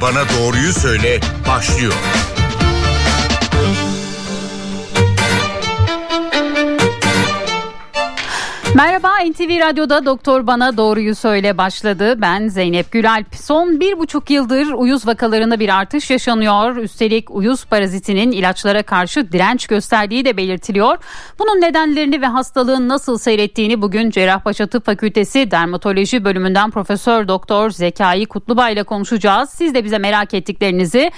Bana Doğruyu Söyle başlıyor. Merhaba, NTV Radyo'da Doktor Bana Doğruyu Söyle başladı. Ben Zeynep Gülalp. Son 1,5 yıldır uyuz vakalarında bir artış yaşanıyor. Üstelik uyuz parazitinin ilaçlara karşı direnç gösterdiği de belirtiliyor. Bunun nedenlerini ve hastalığın nasıl seyrettiğini bugün Cerrahpaşa Tıp Fakültesi Dermatoloji Bölümünden Profesör Doktor Zekai Kutlubay ile konuşacağız. Siz de bize merak ettiklerinizi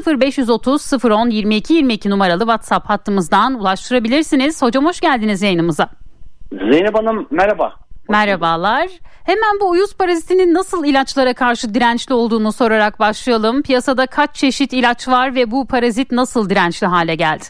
0530 010 22 22 numaralı WhatsApp hattımızdan ulaştırabilirsiniz. Hocam hoş geldiniz yayınımıza. Zeynep Hanım merhaba. Merhabalar. Hemen bu uyuz parazitinin nasıl ilaçlara karşı dirençli olduğunu sorarak başlayalım. Piyasada kaç çeşit ilaç var ve bu parazit nasıl dirençli hale geldi?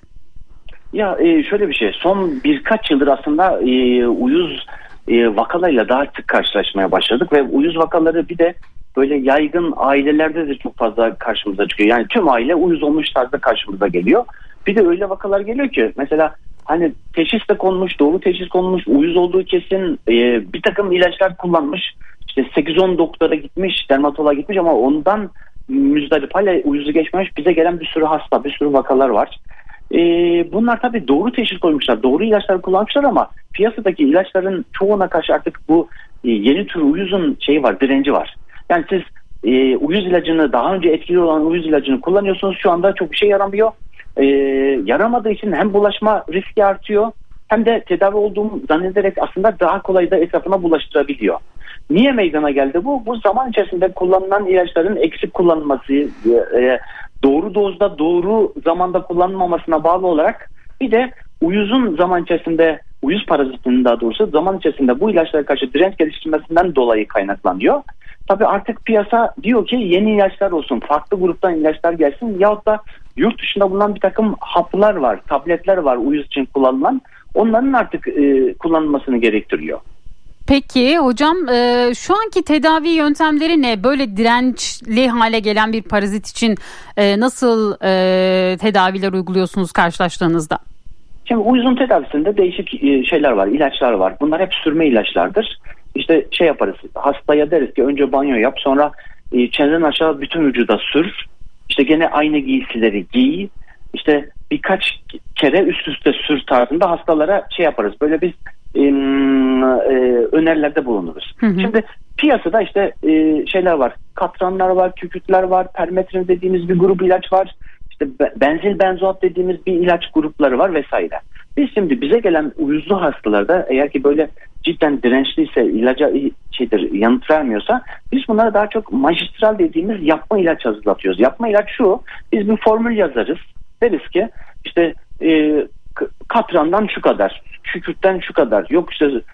Ya şöyle bir şey, son birkaç yıldır aslında uyuz vakalarıyla daha sık karşılaşmaya başladık ve uyuz vakaları bir de böyle yaygın ailelerde de çok fazla karşımıza çıkıyor. Yani tüm aile uyuz olmuş tarzda karşımıza geliyor. Bir de öyle vakalar geliyor ki mesela hani teşhis de konmuş, doğru teşhis konmuş, uyuz olduğu kesin, bir takım ilaçlar kullanmış. İşte 8-10 doktora gitmiş, dermatoloğa gitmiş ama ondan müzdarip hala uyuzu geçmemiş. Bize gelen bir sürü hasta, bir sürü vakalar var. Bunlar tabii doğru teşhis koymuşlar, doğru ilaçlar kullanmışlar ama piyasadaki ilaçların çoğuna karşı artık bu yeni tür uyuzun direnci var. Yani siz uyuz ilacını, daha önce etkili olan uyuz ilacını kullanıyorsunuz, şu anda çok bir şey yaramıyor. Yaramadığı için hem bulaşma riski artıyor hem de tedavi olduğumu zannederek aslında daha kolay da etrafına bulaştırabiliyor. Niye meydana geldi bu? Bu zaman içerisinde kullanılan ilaçların eksik kullanılması, doğru dozda doğru zamanda kullanılmamasına bağlı olarak bir de uyuzun zaman içerisinde, uyuz parazitinin daha doğrusu zaman içerisinde bu ilaçlara karşı direnç geliştirmesinden dolayı kaynaklanıyor. Tabii artık piyasa diyor ki yeni ilaçlar olsun, farklı gruptan ilaçlar gelsin yahut da yurt dışında bulunan bir takım haplar var, tabletler var uyuz için kullanılan. Onların artık kullanılmasını gerektiriyor. Peki hocam şu anki tedavi yöntemleri ne? Böyle dirençli hale gelen bir parazit için nasıl tedaviler uyguluyorsunuz karşılaştığınızda? Şimdi uyuzun tedavisinde değişik şeyler var, ilaçlar var. Bunlar hep sürme ilaçlardır. İşte yaparız, hastaya deriz ki önce banyo yap, sonra çeneden aşağı bütün vücuda sür. İşte gene aynı giysileri giy. İşte birkaç kere üst üste sür tarzında hastalara yaparız. Böyle biz önerilerde bulunuruz. Hı hı. Şimdi piyasada işte şeyler var. Katranlar var, kükürtler var, permetrin dediğimiz bir grup ilaç var. İşte benzil benzoat dediğimiz bir ilaç grupları var vesaire. Biz şimdi bize gelen uyuzlu hastalarda eğer ki böyle cidden dirençliyse, ilaca yanıt vermiyorsa biz bunlara daha çok majistral dediğimiz yapma ilaç hazırlatıyoruz. Yapma ilaç şu: biz bir formül yazarız. Deriz ki işte katrandan şu kadar, kükürtten şu kadar, yok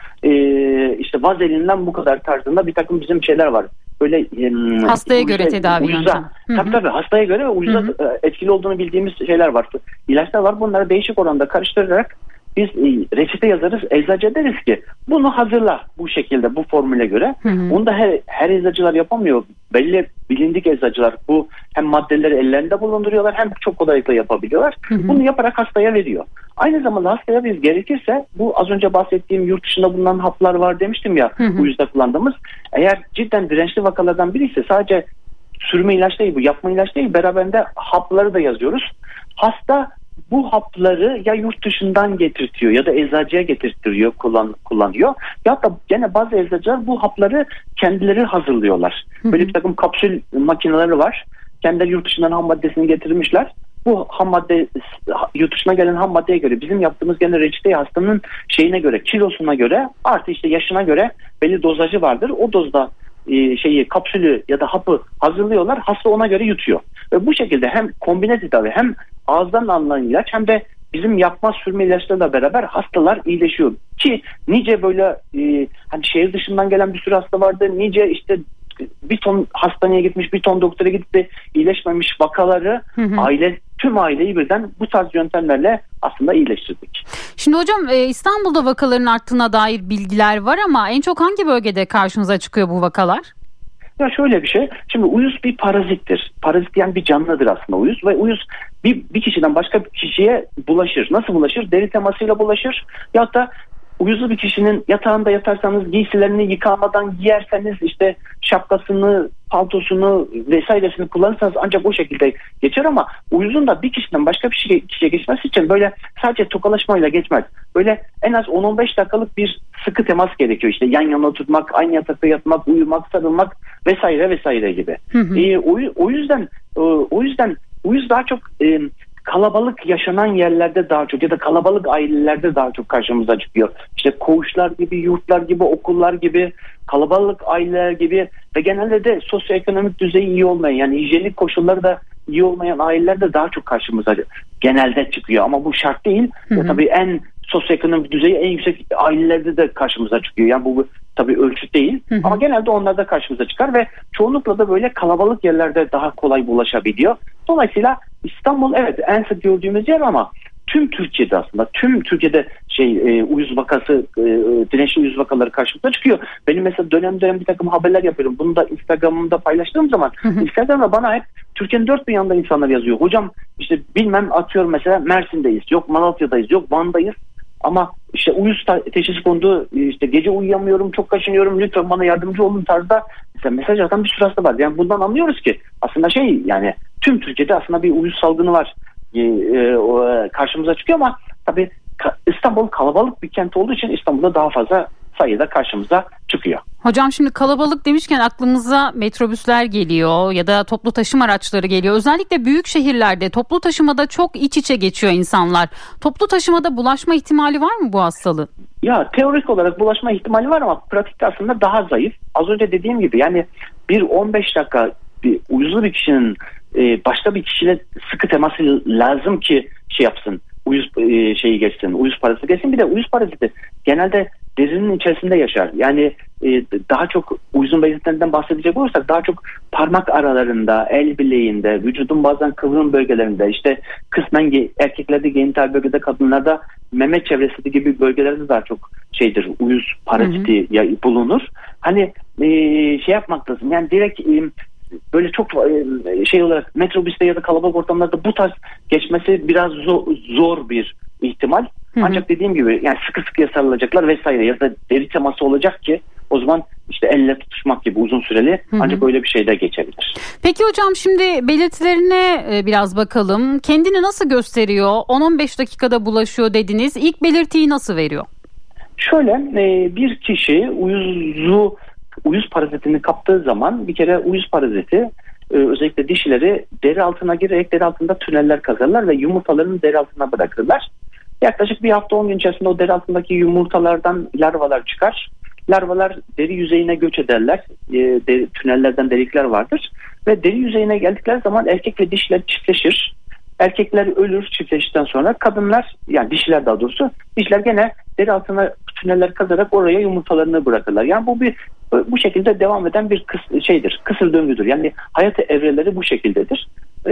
işte vazelinden bu kadar tarzında bir takım bizim şeyler var. Böyle hastaya göre tedavi yöntemi. Tabii hastaya göre ve uyuza etkili olduğunu bildiğimiz şeyler var. İlaçlar var. Bunları değişik oranda karıştırarak biz reçete yazarız. Eczacı deriz ki bunu hazırla bu şekilde, bu formüle göre. Hı hı. Onu da her eczacılar yapamıyor. Belli bilindik eczacılar bu hem maddeleri ellerinde bulunduruyorlar hem çok kolaylıkla yapabiliyorlar. Hı hı. Bunu yaparak hastaya veriyor. Aynı zamanda hastaya biz gerekirse bu az önce bahsettiğim yurt dışında bulunan haplar var demiştim ya, bu yüzden kullandığımız. Eğer cidden dirençli vakalardan biri ise sadece sürme ilaç değil, bu yapma ilaç değil, beraberinde hapları da yazıyoruz. Hasta bu hapları ya yurt dışından getirtiyor ya da eczacıya getirtiyor, kullanıyor. Ya da gene bazı eczacılar bu hapları kendileri hazırlıyorlar. Böyle bir takım kapsül makineleri var. Kendileri yurt dışından ham maddesini getirmişler. Bu ham madde, yurt dışına gelen ham maddeye göre bizim yaptığımız gene reçeteyi hastanın şeyine göre, kilosuna göre artı işte yaşına göre belli dozajı vardır. O dozda kapsülü ya da hapı hazırlıyorlar. Hasta ona göre yutuyor. Ve bu şekilde hem kombine tedavi hem ağızdan alınan ilaç hem de bizim yapma sürme ilaçlarıyla beraber hastalar iyileşiyor. Ki nice böyle hani şehir dışından gelen bir sürü hasta vardı. Nice işte bir ton hastaneye gitmiş, bir ton doktora gidip de iyileşmemiş vakaları tüm aileyi birden bu tarz yöntemlerle aslında iyileştirdik. Şimdi hocam İstanbul'da vakaların arttığına dair bilgiler var ama en çok hangi bölgede karşınıza çıkıyor bu vakalar? Ya şöyle bir şey. Şimdi uyuz bir parazittir. Parazit yani bir canlıdır aslında uyuz ve uyuz bir kişiden başka bir kişiye bulaşır. Nasıl bulaşır? Deri temasıyla bulaşır. Ya da uyuzlu bir kişinin yatağında yatarsanız, giysilerini yıkamadan giyerseniz, işte şapkasını, paltosunu vesairesini kullanırsanız ancak o şekilde geçer. Ama uyuzun da bir kişiden başka bir kişiye geçmesi için böyle sadece tokalaşmayla geçmez. Böyle en az 10-15 dakikalık bir sıkı temas gerekiyor. İşte yan yana oturmak, aynı yatakta yatmak, uyumak, sarılmak vesaire vesaire gibi. O yüzden uyuz daha çok kalabalık yaşanan yerlerde daha çok ya da kalabalık ailelerde daha çok karşımıza çıkıyor. İşte koğuşlar gibi, yurtlar gibi, okullar gibi, kalabalık aileler gibi ve genelde de sosyoekonomik düzeyi iyi olmayan, yani hijyenik koşulları da iyi olmayan ailelerde daha çok karşımıza genelde çıkıyor. Ama bu şart değil. Tabii en sosyoekonomik düzeyi en yüksek ailelerde de karşımıza çıkıyor. Yani bu tabii ölçüt değil. Ama genelde onlar da karşımıza çıkar ve çoğunlukla da böyle kalabalık yerlerde daha kolay bulaşabiliyor. Dolayısıyla İstanbul evet en sık gördüğümüz yer ama tüm Türkiye'de aslında uyuz vakası, dirençli uyuz vakaları karşımıza çıkıyor. Benim mesela dönem bir takım haberler yapıyorum. Bunu da Instagram'da paylaştığım zaman Instagram'da bana hep Türkiye'nin dört bir yanında insanlar yazıyor. Hocam işte bilmem atıyorum mesela Mersin'deyiz, yok Malatya'dayız, yok Van'dayız. Ama işte uyuz teşhisi kondu, işte gece uyuyamıyorum, çok kaşınıyorum, lütfen bana yardımcı olun tarzda mesaj atan bir sürü hasta var. Yani bundan anlıyoruz ki aslında yani tüm Türkiye'de aslında bir uyuz salgını var. Karşımıza çıkıyor ama tabii İstanbul kalabalık bir kent olduğu için İstanbul'da daha fazla sayıda karşımıza çıkıyor. Hocam şimdi kalabalık demişken aklımıza metrobüsler geliyor ya da toplu taşıma araçları geliyor. Özellikle büyük şehirlerde toplu taşımada çok iç içe geçiyor insanlar. Toplu taşımada bulaşma ihtimali var mı bu hastalığın? Ya teorik olarak bulaşma ihtimali var ama pratikte aslında daha zayıf. Az önce dediğim gibi yani 15 dakika uyuzlu bir kişinin başka bir kişiyle sıkı teması lazım ki yapsın. Uyuz geçsin, uyuz paraziti geçsin. Bir de uyuz paraziti genelde derinin içerisinde yaşar. Yani daha çok uyuzun belirtilerinden bahsedecek olursak daha çok parmak aralarında, el bileğinde, vücudun bazen kıvrım bölgelerinde, işte kısmen erkeklerde genital bölgede, kadınlarda meme çevresi gibi bölgelerde daha çok uyuz paraziti bulunur. Hani yapmak lazım. Yani direkt böyle çok olarak metrobüste ya da kalabalık ortamlarda bu tarz geçmesi biraz zor bir ihtimal. Ancak dediğim gibi yani sıkı sıkıya sarılacaklar vesaire ya da deri teması olacak ki o zaman işte elle tutuşmak gibi uzun süreli ancak öyle bir şey de geçebilir. Peki hocam şimdi belirtilerine biraz bakalım. Kendini nasıl gösteriyor? 10-15 dakikada bulaşıyor dediniz. İlk belirtiyi nasıl veriyor? Şöyle bir kişi uyuz parazitini kaptığı zaman bir kere uyuz paraziti özellikle dişileri deri altına girerek deri altında tüneller kazarlar ve yumurtalarını deri altına bırakırlar. Yaklaşık bir hafta 10 gün içerisinde o deri altındaki yumurtalardan larvalar çıkar. Larvalar deri yüzeyine göç ederler. Tünellerden delikler vardır. Ve deri yüzeyine geldikleri zaman erkek ve dişiler çiftleşir. Erkekler ölür çiftleştikten sonra. Kadınlar, yani dişiler daha doğrusu, dişiler gene deri altına tüneller kazarak oraya yumurtalarını bırakırlar. Yani bu şekilde devam eden bir kısır döngüdür. Yani hayat evreleri bu şekildedir.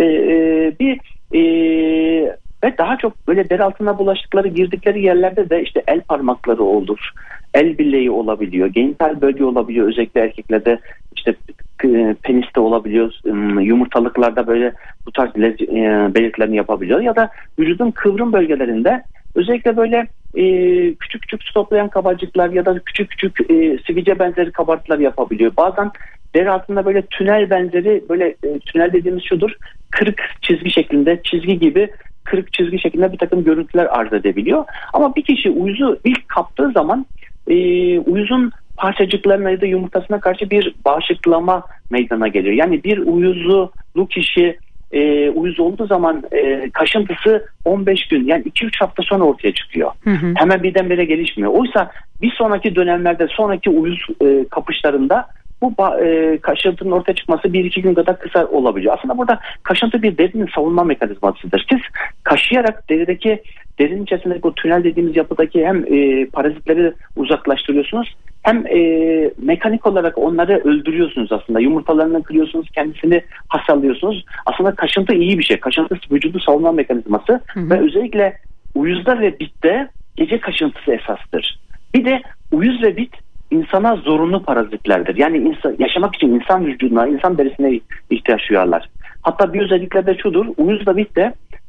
Ve daha çok böyle deri altına bulaştıkları, girdikleri yerlerde de işte el parmakları olur. El bileği olabiliyor. Genital bölge olabiliyor. Özellikle erkeklerde işte peniste olabiliyor. Yumurtalıklarda böyle bu tarz belirtilerini yapabiliyor. Ya da vücudun kıvrım bölgelerinde özellikle böyle küçük küçük su toplayan kabarcıklar ya da küçük küçük sivilce benzeri kabartılar yapabiliyor. Bazen deri altında böyle tünel benzeri, böyle tünel dediğimiz şudur, kırık çizgi şeklinde, çizgi gibi kırık çizgi şeklinde bir takım görüntüler arz edebiliyor. Ama bir kişi uyuzu ilk kaptığı zaman uyuzun parçacıklarına ya da yumurtasına karşı bir bağışıklama meydana geliyor. Yani bir uyuzlu kişi uyuz olduğu zaman kaşıntısı 15 gün yani 2-3 hafta sonra ortaya çıkıyor. Hemen birdenbire gelişmiyor. Oysa bir sonraki dönemlerde, sonraki uyuz kapışlarında bu kaşıntının ortaya çıkması 1-2 gün kadar kısa olabiliyor. Aslında burada kaşıntı bir derinin savunma mekanizmasıdır. Siz kaşıyarak derinin içerisindeki o tünel dediğimiz yapıdaki hem parazitleri uzaklaştırıyorsunuz hem mekanik olarak onları öldürüyorsunuz aslında. Yumurtalarını kırıyorsunuz, kendisini hasarlıyorsunuz. Aslında kaşıntı iyi bir şey. Kaşıntı vücudu savunma mekanizması ve özellikle uyuzda ve bitte gece kaşıntısı esastır. Bir de uyuz ve bit insana zorunlu parazitlerdir. Yani yaşamak için insan vücuduna, insan derisine ihtiyaç duyarlar. Hatta bir özellikleri de şudur. Uyuz ve bit de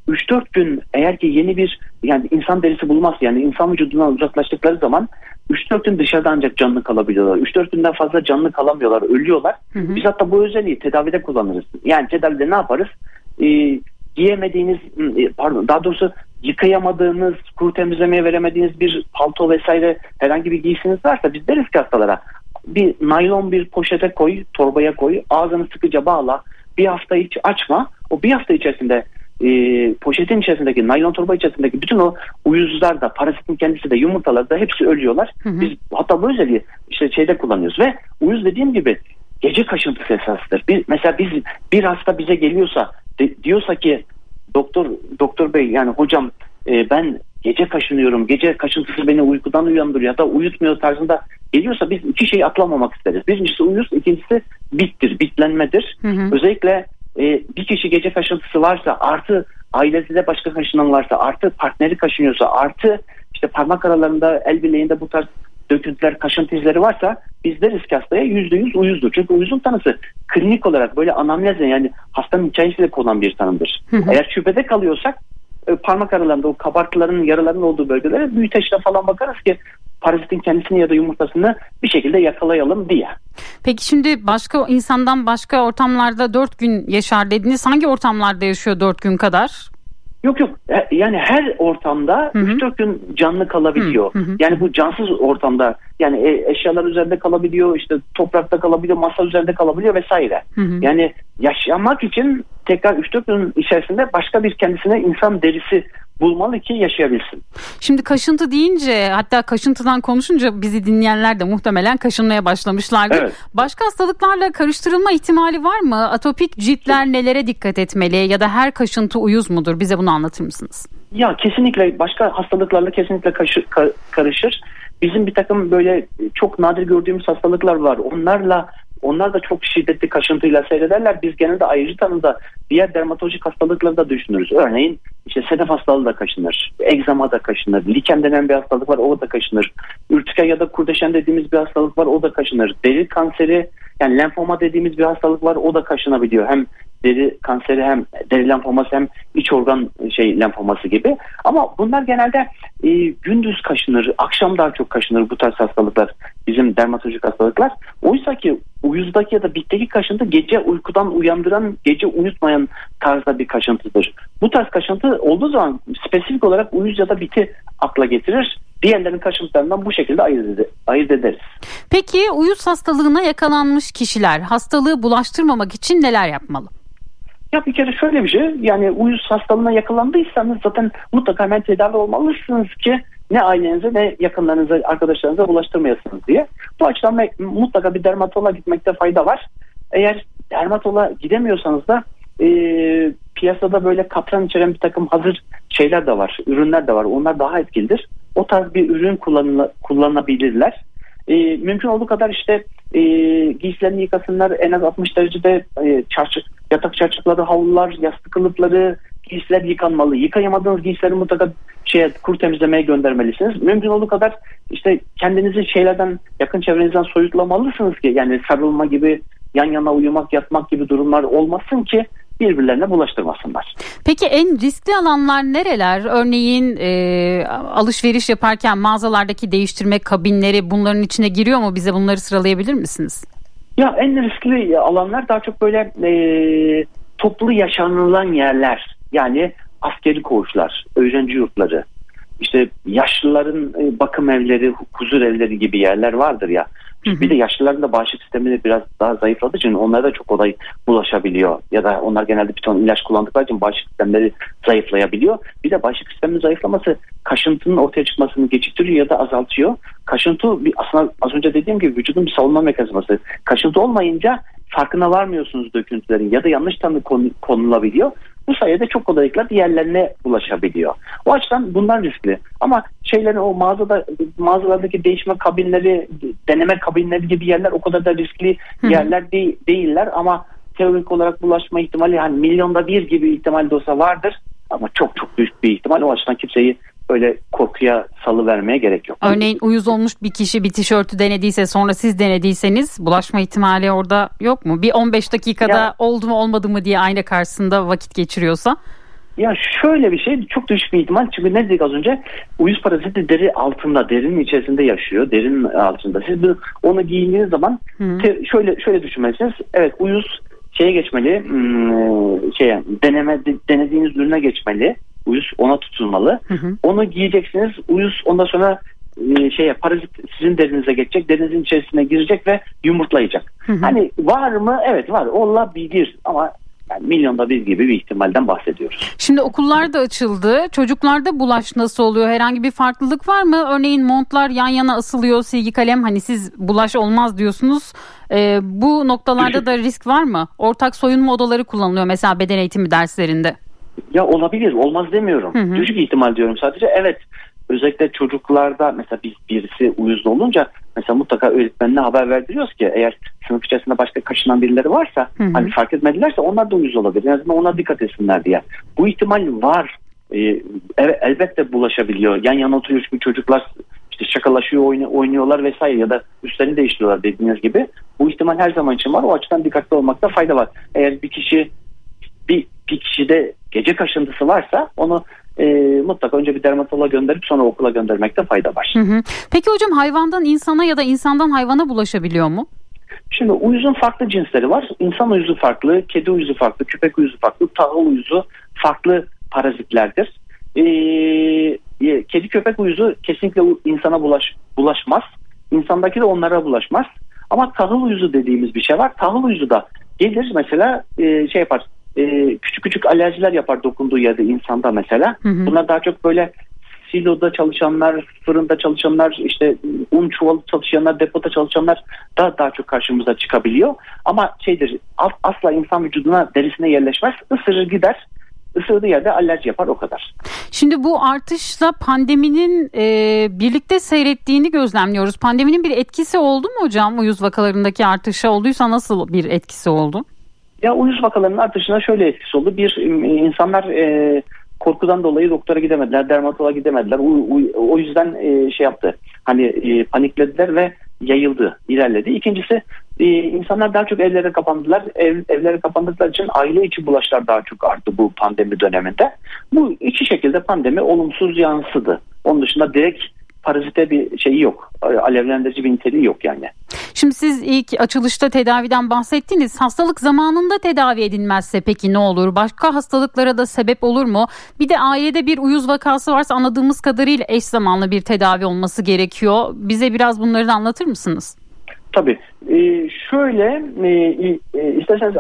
3-4 gün eğer ki yeni bir yani insan derisi bulmaz, yani insan vücudundan uzaklaştıkları zaman 3-4 gün dışarıda ancak canlı kalabiliyorlar. 3-4 günden fazla canlı kalamıyorlar, ölüyorlar. Biz hatta bu özelliği tedavide kullanırız. Yani tedavide ne yaparız? Giyemediğiniz, daha doğrusu yıkayamadığınız, kuru temizlemeye veremediğiniz bir palto vesaire herhangi bir giysiniz varsa biz deriz ki hastalara bir naylon bir poşete koy, torbaya koy, ağzını sıkıca bağla, bir hafta hiç açma. O bir hafta içerisinde poşetin içerisindeki, naylon torba içerisindeki bütün o uyuzlar da, parazitin kendisi de, yumurtalar da hepsi ölüyorlar. Biz hatta bu özelliği işte şeyde kullanıyoruz ve uyuz dediğim gibi gece kaşıntısı esastır. Mesela bir hasta bize geliyorsa diyorsa ki doktor bey, yani hocam ben gece kaşınıyorum, gece kaşıntısı beni uykudan uyandırıyor ya da uyutmuyor tarzında geliyorsa biz iki şeyi atlamamak isteriz. Birincisi uyuz, ikincisi bitlenmedir. Özellikle bir kişi gece kaşıntısı varsa, artı ailesinde başka kaşınan varsa, artı partneri kaşınıyorsa, artı işte parmak aralarında, el bileğinde bu tarz döküntüler, kaşıntı izleri varsa biz deriz ki hastaya %100 uyuzdur. Çünkü uyuzun tanısı klinik olarak böyle anamnezle, yani hastanın hikayesiyle konan bir tanımdır. Eğer şüphede kalıyorsak parmak aralarında o kabartıların, yaraların olduğu bölgelere büyüteçle falan bakarız ki parazitin kendisini ya da yumurtasını bir şekilde yakalayalım diye. Peki şimdi başka insandan başka ortamlarda 4 gün yaşar dediniz. Hangi ortamlarda yaşıyor 4 gün kadar? Yok. Yani her ortamda 3-4 gün canlı kalabiliyor. Yani bu cansız ortamda, yani eşyalar üzerinde kalabiliyor, işte toprakta kalabiliyor, masa üzerinde kalabiliyor vesaire. Yani yaşamak için tekrar 3-4 gün içerisinde başka bir kendisine insan derisi bulmalı ki yaşayabilsin. Şimdi kaşıntı deyince, hatta kaşıntıdan konuşunca bizi dinleyenler de muhtemelen kaşınmaya başlamışlardır. Evet. Başka hastalıklarla karıştırılma ihtimali var mı? Atopik ciltler nelere dikkat etmeli ya da her kaşıntı uyuz mudur? Bize bunu anlatır mısınız? Ya kesinlikle başka hastalıklarla kesinlikle karışır. Bizim bir takım böyle çok nadir gördüğümüz hastalıklar var. Onlar da çok şiddetli kaşıntıyla seyrederler. Biz genelde ayrıcı tanımda diğer dermatolojik hastalıkları da düşünürüz. Örneğin işte sedef hastalığı da kaşınır, egzama da kaşınır, liken denen bir hastalık var, o da kaşınır. Ürtike ya da kurdeşen dediğimiz bir hastalık var, o da kaşınır. Deri kanseri, yani lenfoma dediğimiz bir hastalık var, o da kaşınabiliyor. Hem deri kanseri, hem deri lenfoması, hem iç organ lenfoması gibi. Ama bunlar genelde gündüz kaşınır, akşam daha çok kaşınır bu tarz hastalıklar, bizim dermatolojik hastalıklar. Oysa ki uyuzdaki ya da bitteki kaşıntı gece uykudan uyandıran, gece uyutmayan tarzda bir kaşıntıdır. Bu tarz kaşıntı olduğu zaman spesifik olarak uyuz ya da biti akla getirir. Diğerlerinin kaşıntılarından bu şekilde ayırt ederiz. Peki uyuz hastalığına yakalanmış kişiler hastalığı bulaştırmamak için neler yapmalı? Ya bir kere şöyle bir şey, yani uyuz hastalığına yakalandıysanız zaten mutlaka hemen tedavi olmalısınız ki ne ailenize ne yakınlarınıza, arkadaşlarınıza bulaştırmayasınız diye. Bu açıdan mutlaka bir dermatoloğa gitmekte fayda var. Eğer dermatoloğa gidemiyorsanız da piyasada böyle katran içeren bir takım hazır şeyler de var, ürünler de var. Onlar daha etkilidir. O tarz bir ürün kullanabilirler. Mümkün olduğu kadar işte giysilerini yıkasınlar, en az 60 derecede yatak çarşafları, havlular, yastık kılıfları, giysiler yıkanmalı. Yıkayamadığınız giysileri mutlaka kuru temizlemeye göndermelisiniz. Mümkün olduğu kadar işte kendinizi şeylerden, yakın çevrenizden soyutlamalısınız ki, yani sarılma gibi, yan yana uyumak, yatmak gibi durumlar olmasın ki birbirlerine bulaştırmasınlar. Peki en riskli alanlar nereler? Örneğin alışveriş yaparken mağazalardaki değiştirme kabinleri bunların içine giriyor mu? Bize bunları sıralayabilir misiniz? Ya en riskli alanlar daha çok böyle toplu yaşanılan yerler. Yani askeri koğuşlar, öğrenci yurtları, işte yaşlıların bakım evleri, huzur evleri gibi yerler vardır ya. Bir de yaşlıların da bağışıklık sistemi biraz daha zayıfladığı için onlara da çok kolay bulaşabiliyor. Ya da onlar genelde bir ton ilaç kullandıkları için bağışıklık sistemleri zayıflayabiliyor. Bir de bağışıklık sisteminin zayıflaması kaşıntının ortaya çıkmasını geciktiriyor ya da azaltıyor. Kaşıntı aslında az önce dediğim gibi vücudun bir savunma mekanizması. Kaşıntı olmayınca farkına varmıyorsunuz döküntülerin ya da yanlış tanı konulabiliyor. Bu sayede çok kolaylıkla diğerlerine ulaşabiliyor. O açıdan bunlar riskli. Ama o mağazalardaki değişme kabinleri, deneme kabinleri gibi yerler o kadar da riskli yerler değiller. Ama teorik olarak bulaşma ihtimali, yani milyonda bir gibi ihtimal de olsa vardır. Ama çok çok büyük bir ihtimal. O açıdan kimseyi öyle korkuya salıvermeye gerek yok. Örneğin uyuz olmuş bir kişi bir tişörtü denediyse, sonra siz denediyseniz bulaşma ihtimali orada yok mu? Bir 15 dakikada oldu mu olmadı mı diye ayna karşısında vakit geçiriyorsa. Ya şöyle bir şey, çok düşük bir ihtimal, çünkü ne dedik az önce, uyuz paraziti deri altında, derinin içerisinde yaşıyor, derinin altında. Siz onu giydiğiniz zaman şöyle düşünmelisiniz. Evet, uyuz şeye geçmeli, denediğiniz ürüne geçmeli, uyuz ona tutulmalı. Onu giyeceksiniz, uyuz ondan sonra parazit sizin derinize geçecek, derinizin içerisine girecek ve yumurtlayacak. Hani var mı? Evet var, olabilir ama yani milyonda bir gibi bir ihtimalden bahsediyoruz. Şimdi okullar da açıldı. Çocuklarda bulaş nasıl oluyor? Herhangi bir farklılık var mı? Örneğin montlar yan yana asılıyor, silgi kalem, hani siz bulaş olmaz diyorsunuz. Bu noktalarda da risk var mı? Ortak soyunma odaları kullanılıyor mesela beden eğitimi derslerinde. Ya olabilir, olmaz demiyorum. Düşük ihtimal diyorum sadece. Evet, özellikle çocuklarda mesela birisi uyuzlu olunca mesela mutlaka öğretmenine haber verdiriyoruz ki eğer sınıf içerisinde başka kaşınan birileri varsa, hani fark etmedilerse onlar da uyuz olabilir. En azından ona dikkat etsinler diye. Bu ihtimal var. Evet, elbette bulaşabiliyor. Yan yana oturuyor çünkü çocuklar işte şakalaşıyor, oynuyorlar vesaire, ya da üstlerini değiştiriyorlar dediğiniz gibi. Bu ihtimal her zaman için var. O açıdan dikkatli olmakta fayda var. Eğer bir kişide gece kaşıntısı varsa onu mutlaka önce bir dermatoloğa gönderip sonra okula göndermekte fayda var. Peki hocam, hayvandan insana ya da insandan hayvana bulaşabiliyor mu? Şimdi uyuzun farklı cinsleri var. İnsan uyuzu farklı, kedi uyuzu farklı, köpek uyuzu farklı, tahıl uyuzu farklı parazitlerdir. Kedi köpek uyuzu kesinlikle insana bulaşmaz. İnsandaki de onlara bulaşmaz. Ama tahıl uyuzu dediğimiz bir şey var. Tahıl uyuzu da gelir mesela yapar. Küçük küçük alerjiler yapar dokunduğu yerde insanda mesela. Bunlar daha çok böyle siloda çalışanlar, fırında çalışanlar, işte un çuvalı çalışanlar, depoda çalışanlar daha çok karşımıza çıkabiliyor. Ama asla insan vücuduna, derisine yerleşmez. Isırır gider. Isırdığı yerde alerji yapar, o kadar. Şimdi bu artışla pandeminin birlikte seyrettiğini gözlemliyoruz. Pandeminin bir etkisi oldu mu hocam? Uyuz vakalarındaki artışa olduysa nasıl bir etkisi oldu? Ya uyuz vakalarının artışına şöyle etkisi oldu. İnsanlar korkudan dolayı doktora gidemediler, dermatoloğa gidemediler. O yüzden yaptı. Hani paniklediler ve yayıldı, ilerledi. İkincisi, insanlar daha çok evlere kapandılar. Evlere kapandıkları için aile içi bulaşlar daha çok arttı bu pandemi döneminde. Bu iki şekilde pandemi olumsuz yansıdı. Onun dışında direkt parazite bir şeyi yok. Alevlendirici bir niteliği yok yani. Şimdi siz ilk açılışta tedaviden bahsettiniz. Hastalık zamanında tedavi edilmezse peki ne olur? Başka hastalıklara da sebep olur mu? Bir de ailede bir uyuz vakası varsa anladığımız kadarıyla eş zamanlı bir tedavi olması gerekiyor. Bize biraz bunları da anlatır mısınız? Tabii. İsterseniz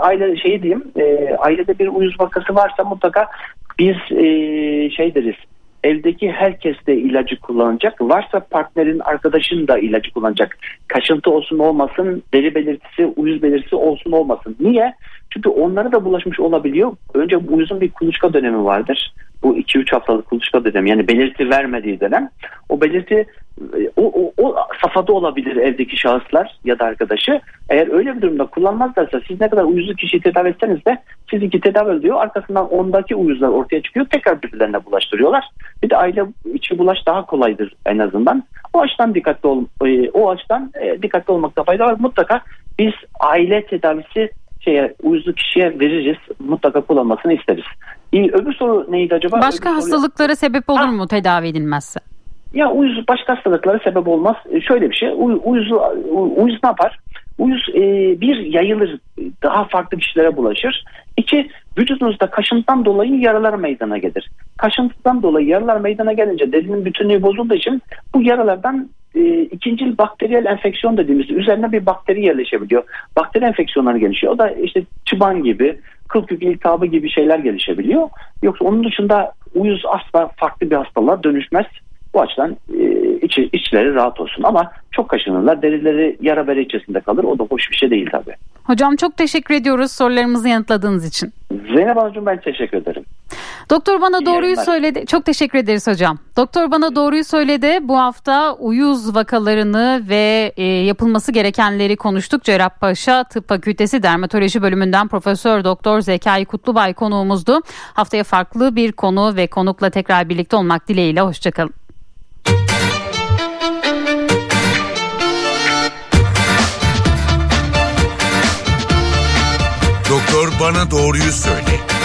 ailede bir uyuz vakası varsa mutlaka biz deriz. Evdeki herkes de ilacı kullanacak. Varsa partnerin, arkadaşın da ilacı kullanacak. Kaşıntı olsun olmasın, deri belirtisi, uyuz belirtisi olsun olmasın. Niye? Çünkü onlara da bulaşmış olabiliyor. Önce uyuzun bir kuluçka dönemi vardır. Bu 2-3 haftalık kuluçka dönemi, yani belirti vermediği dönem. O belirti o safhada olabilir evdeki şahıslar ya da arkadaşı. Eğer öyle bir durumda kullanmazlarsa siz ne kadar uyuzlu kişiyi tedavi etseniz de sizinki tedavi ediyor. Arkasından ondaki uyuzlar ortaya çıkıyor. Tekrar birbirlerine bulaştırıyorlar. Bir de aile içi bulaş daha kolaydır en azından. O açıdan dikkatli olmakta fayda var. Mutlaka biz aile tedavisi uyuzlu kişiye veririz. Mutlaka kullanmasını isteriz. Öbür soru neydi acaba? Başka hastalıklara sebep olur mu tedavi edilmezse? Ya uyuz başka hastalıklara sebep olmaz. Şöyle bir şey. Uyuz ne yapar? Uyuz bir yayılır, daha farklı kişilere bulaşır. İki, vücudunuzda kaşıntıdan dolayı yaralar meydana gelir. Kaşıntıdan dolayı yaralar meydana gelince derinin bütünlüğü bozulduğu için bu yaralardan ikincil bakteriyel enfeksiyon dediğimiz üzerine bir bakteri yerleşebiliyor. Bakteri enfeksiyonları gelişiyor. O da işte çıban gibi, kıl kökü iltihabı gibi şeyler gelişebiliyor. Yoksa onun dışında uyuz asla farklı bir hastalığa dönüşmez. Bu açıdan içleri rahat olsun. Ama çok kaşınırlar, derileri yara bere içerisinde kalır. O da hoş bir şey değil tabii. Hocam çok teşekkür ediyoruz sorularımızı yanıtladığınız için. Zeynep Hanımcığım, ben teşekkür ederim. Doktor bana doğruyu söyledi. Çok teşekkür ederiz hocam. Doktor bana doğruyu söyledi. Bu hafta uyuz vakalarını ve yapılması gerekenleri konuştuk. Cerrahpaşa Tıp Fakültesi Dermatoloji Bölümünden Profesör Doktor Zekai Kutlubay konuğumuzdu. Haftaya farklı bir konu ve konukla tekrar birlikte olmak dileğiyle. Hoşçakalın. Doktor bana doğruyu söyle.